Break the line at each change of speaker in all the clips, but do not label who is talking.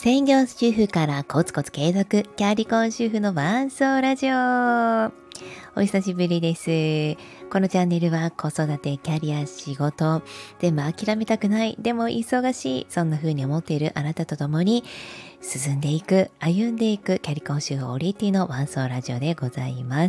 専業主婦からコツコツ継続、キャリコン主婦の伴奏ラジオ。お久しぶりです。このチャンネルは子育て、キャリア、仕事、全部諦めたくない、でも忙しい、そんな風に思っているあなたと共に進んでいく、歩んでいくキャリコン主婦オリティの伴奏ラジオでございます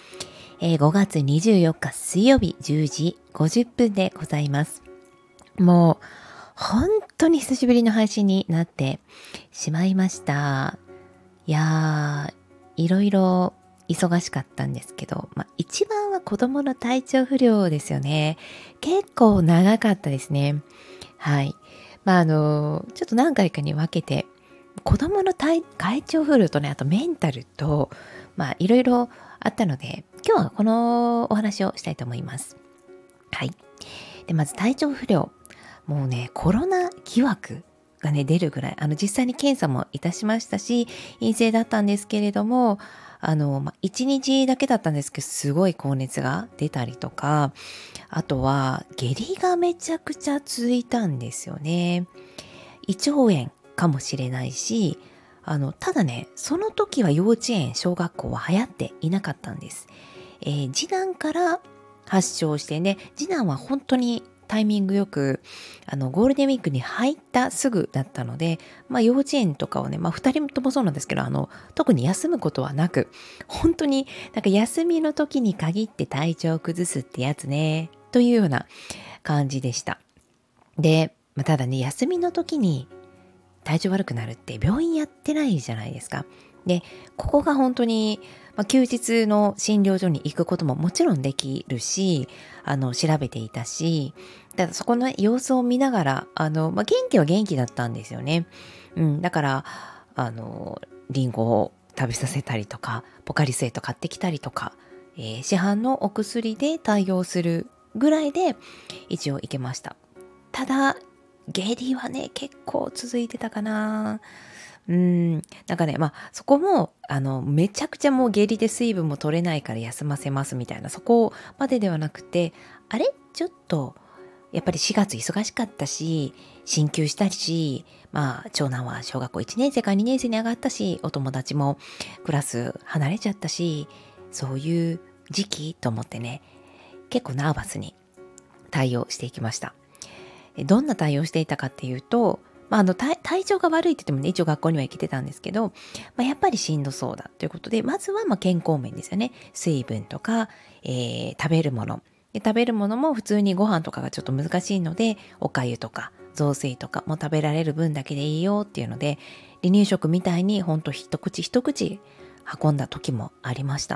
。5月24日水曜日10時50分でございます。もう本当に久しぶりの配信になってしまいました。いやー、いろいろ忙しかったんですけど、一番は子供の体調不良ですよね。結構長かったですね。はい。ちょっと何回かに分けて、子供の体調不良とね、あとメンタルと、いろいろあったので、今日はこのお話をしたいと思います。はい。で、まず体調不良。もうね、コロナ疑惑がね、出るぐらい、実際に検査もいたしましたし、陰性だったんですけれども、1日だけだったんですけど、すごい高熱が出たりとか、あとは、下痢がめちゃくちゃ続いたんですよね。胃腸炎かもしれないし、ただね、その時は幼稚園、小学校は流行っていなかったんです。次男から発症してね、次男は本当にタイミングよくゴールデンウィークに入ったすぐだったので、幼稚園とかをね、2人ともそうなんですけど、特に休むことはなく、本当になんか休みの時に限って体調を崩すってやつね、というような感じでした。で、ただね、休みの時に体調悪くなるって病院やってないじゃないですか。で、ここが本当に、休日の診療所に行くことももちろんできるし、調べていたし、だからそこの様子を見ながら、元気は元気だったんですよね。だから、リンゴを食べさせたりとか、ポカリスエット買ってきたりとか、市販のお薬で対応するぐらいで一応行けました。ただ、下痢はね、結構続いてたかな。なんかね、そこも、めちゃくちゃもう下痢で水分も取れないから休ませますみたいな、そこまでではなくて、あれちょっと、やっぱり4月忙しかったし、進級したし、長男は小学校1年生から2年生に上がったし、お友達もクラス離れちゃったし、そういう時期と思ってね、結構ナーバスに対応していきました。どんな対応していたかっていうと、体調が悪いって言ってもね、一応学校には行けてたんですけど、やっぱりしんどそうだということで、まずは健康面ですよね。水分とか、食べるもの。で、食べるものも普通にご飯とかがちょっと難しいので、お粥とか雑炊とかも食べられる分だけでいいよっていうので、離乳食みたいにほんと一口一口運んだ時もありました。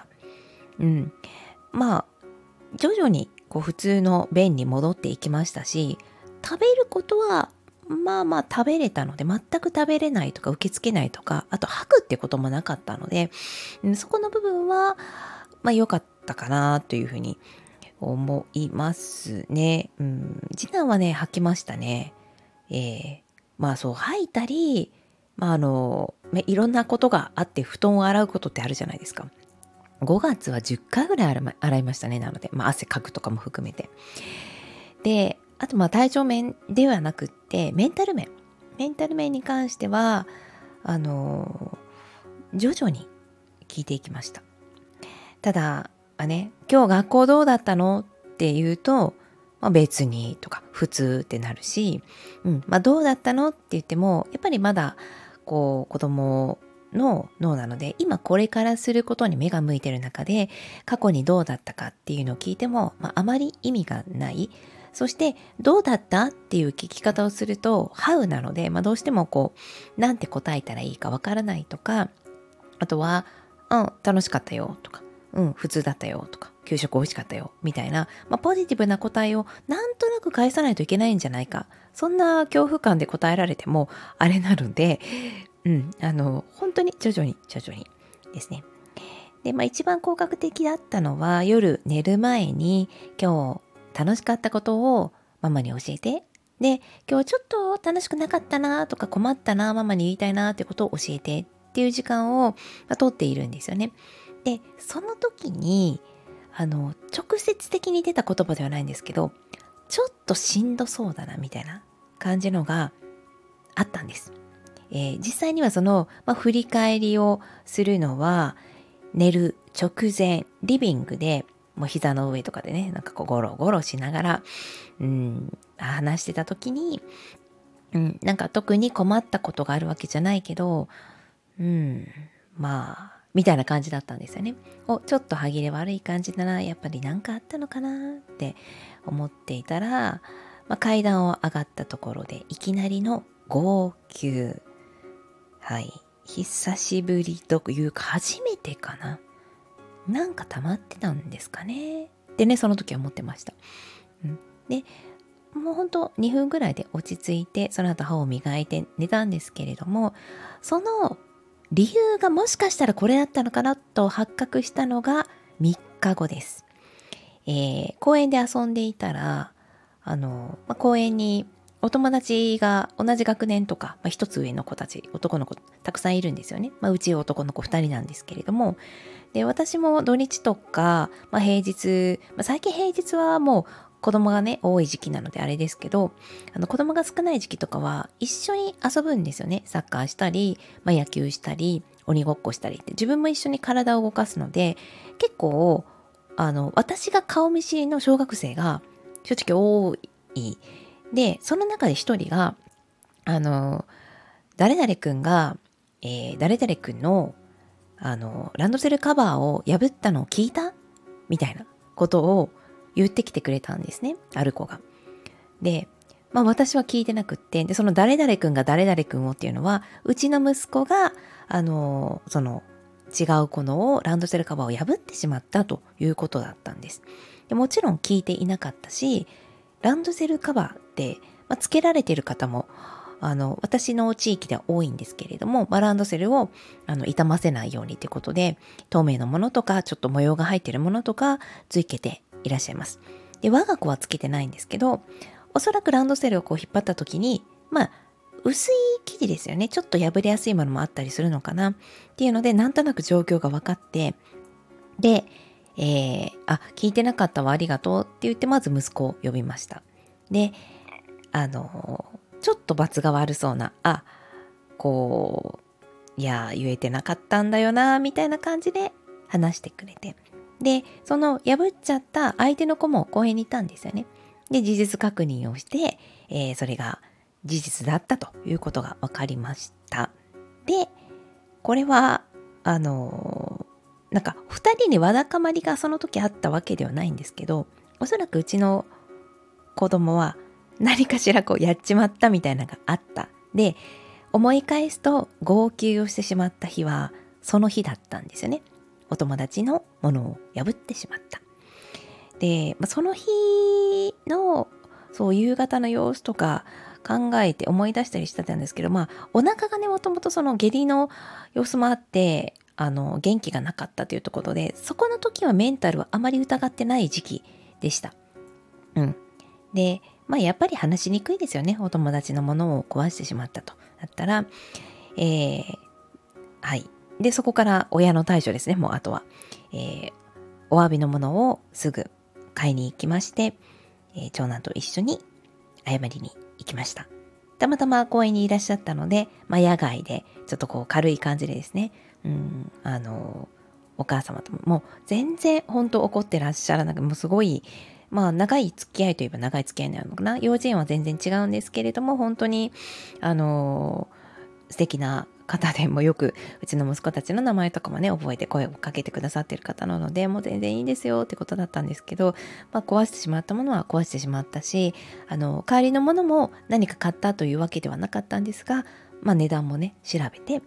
徐々に普通の便に戻っていきましたし、食べることは食べれたので、全く食べれないとか受け付けないとか、あと吐くってこともなかったので、そこの部分は良かったかなというふうに思いますね。次男はね吐きましたね。そう吐いたり、いろんなことがあって布団を洗うことってあるじゃないですか。5月は10回ぐらい洗いましたね。なので、汗かくとかも含めて。で、あと体調面ではなくって、メンタル面に関しては、徐々に聞いていきました。ただ、今日学校どうだったのって言うと、別にとか普通ってなるし、どうだったのって言っても、やっぱりまだ子供の脳なので、今これからすることに目が向いてる中で、過去にどうだったかっていうのを聞いても、あまり意味がない。そして、どうだったっていう聞き方をすると、How なので、どうしてもなんて答えたらいいかわからないとか、あとは、楽しかったよとか、普通だったよとか、給食美味しかったよみたいな、ポジティブな答えをなんとなく返さないといけないんじゃないか。そんな恐怖感で答えられても、あれなので、本当に徐々にですね。で、一番効果的だったのは、夜寝る前に今日楽しかったことをママに教えて、で、今日ちょっと楽しくなかったなとか困ったな、ママに言いたいなってことを教えてっていう時間を取っているんですよね。で、その時に、直接的に出た言葉ではないんですけど、ちょっとしんどそうだなみたいな感じのがあったんです。 実際にはその、振り返りをするのは寝る直前リビングでもう膝の上とかでねなんかこうゴロゴロしながら、話してた時に、なんか特に困ったことがあるわけじゃないけど、みたいな感じだったんですよね。ちょっと歯切れ悪い感じだな、やっぱり何かあったのかなって思っていたら、階段を上がったところでいきなりの号泣。はい。久しぶりというか初めてかな。なんか溜まってたんですかね。でね、その時は思ってました。で、もうほんと2分ぐらいで落ち着いて、その後歯を磨いて寝たんですけれども、その理由がもしかしたらこれだったのかなと発覚したのが3日後です。公園で遊んでいたら、公園にお友達が同じ学年とか、一つ上の子たち、男の子たくさんいるんですよね。うち男の子2人なんですけれども、で、私も土日とか、平日、最近平日はもう子供がね、多い時期なのであれですけど、子供が少ない時期とかは一緒に遊ぶんですよね。サッカーしたり、野球したり、鬼ごっこしたりって、自分も一緒に体を動かすので、結構、私が顔見知りの小学生が正直多い。で、その中で一人が、誰々くんが、誰々くんの、ランドセルカバーを破ったのを聞いたみたいなことを言ってきてくれたんですね、ある子が。で、私は聞いてなくって、で、その誰々くんが誰々くんをっていうのは、うちの息子が、その違う子のをランドセルカバーを破ってしまったということだったんです。でもちろん聞いていなかったし、ランドセルカバーって、つけられている方も私の地域では多いんですけれども、ランドセルを傷ませないようにということで、透明のものとかちょっと模様が入っているものとかつけていらっしゃいます。で、我が子はつけてないんですけど、おそらくランドセルをこう引っ張った時に、薄い生地ですよね。ちょっと破れやすいものもあったりするのかなっていうので、なんとなく状況が分かって、で、聞いてなかったわ、ありがとうって言って、まず息子を呼びました。で、ちょっと罰が悪そうな、いや、言えてなかったんだよな、みたいな感じで話してくれて。で、その破っちゃった相手の子も公園にいたんですよね。で、事実確認をして、それが事実だったということが分かりました。で、これは、なんか二人にわだかまりがその時あったわけではないんですけど、おそらくうちの子供は何かしらやっちまったみたいなのがあった。で、思い返すと号泣をしてしまった日はその日だったんですよね。お友達のものを破ってしまった。で、その日のそう夕方の様子とか考えて思い出したりしてたんですけど、お腹がね、もともとその下痢の様子もあって、元気がなかったというところで、そこの時はメンタルはあまり疑ってない時期でした。で、やっぱり話しにくいですよね。お友達のものを壊してしまったと。だったら、はい。で、そこから親の対処ですね。もうあとは、お詫びのものをすぐ買いに行きまして、長男と一緒に謝りに行きました。たまたま公園にいらっしゃったので、野外でちょっと軽い感じでですね、お母様ともう全然本当怒ってらっしゃらなくて、もうすごい長い付き合いといえば長い付き合いなのかな。幼稚園は全然違うんですけれども、本当に素敵な方で、もよくうちの息子たちの名前とかもね覚えて声をかけてくださってる方なので、もう全然いいですよってことだったんですけど、壊してしまったものは壊してしまったし、代わりのものも何か買ったというわけではなかったんですが、値段もね調べて、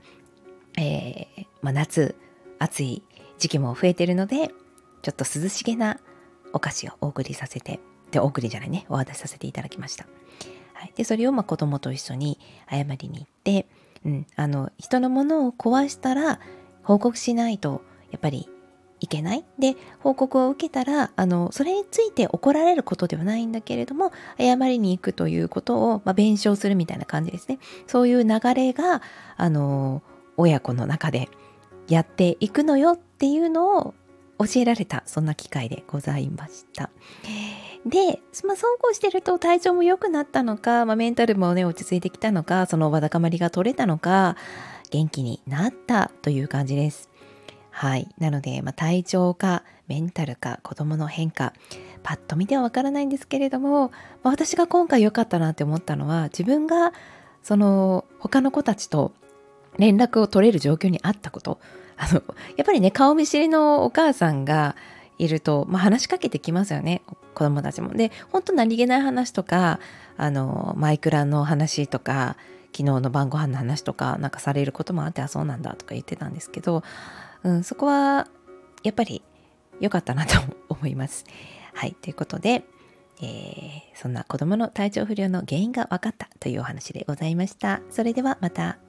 夏暑い時期も増えてるので、ちょっと涼しげなお菓子をお送りさせて、お送りじゃないね、お渡しさせていただきました。はい、でそれを子供と一緒に謝りに行って、人のものを壊したら報告しないとやっぱりいけない。で、報告を受けたらそれについて怒られることではないんだけれども、謝りに行くということを、弁償するみたいな感じですね。そういう流れが親子の中でやっていくのよっていうのを教えられた、そんな機会でございました。 で、そうこうしてると体調も良くなったのか、メンタルもね落ち着いてきたのか、そのわだかまりが取れたのか、元気になったという感じです。はい。なので、体調かメンタルか子供の変化、パッと見てはわからないんですけれども、私が今回良かったなって思ったのは、自分がその他の子たちと連絡を取れる状況にあったこと。やっぱりね、顔見知りのお母さんがいると、話しかけてきますよね、子供たちも。で、本当何気ない話とか、マイクラの話とか、昨日の晩ご飯の話とかなんかされることもあって、そうなんだとか言ってたんですけど、そこはやっぱり良かったなと思います。はい、ということで、そんな子供の体調不良の原因が分かったというお話でございました。それではまた。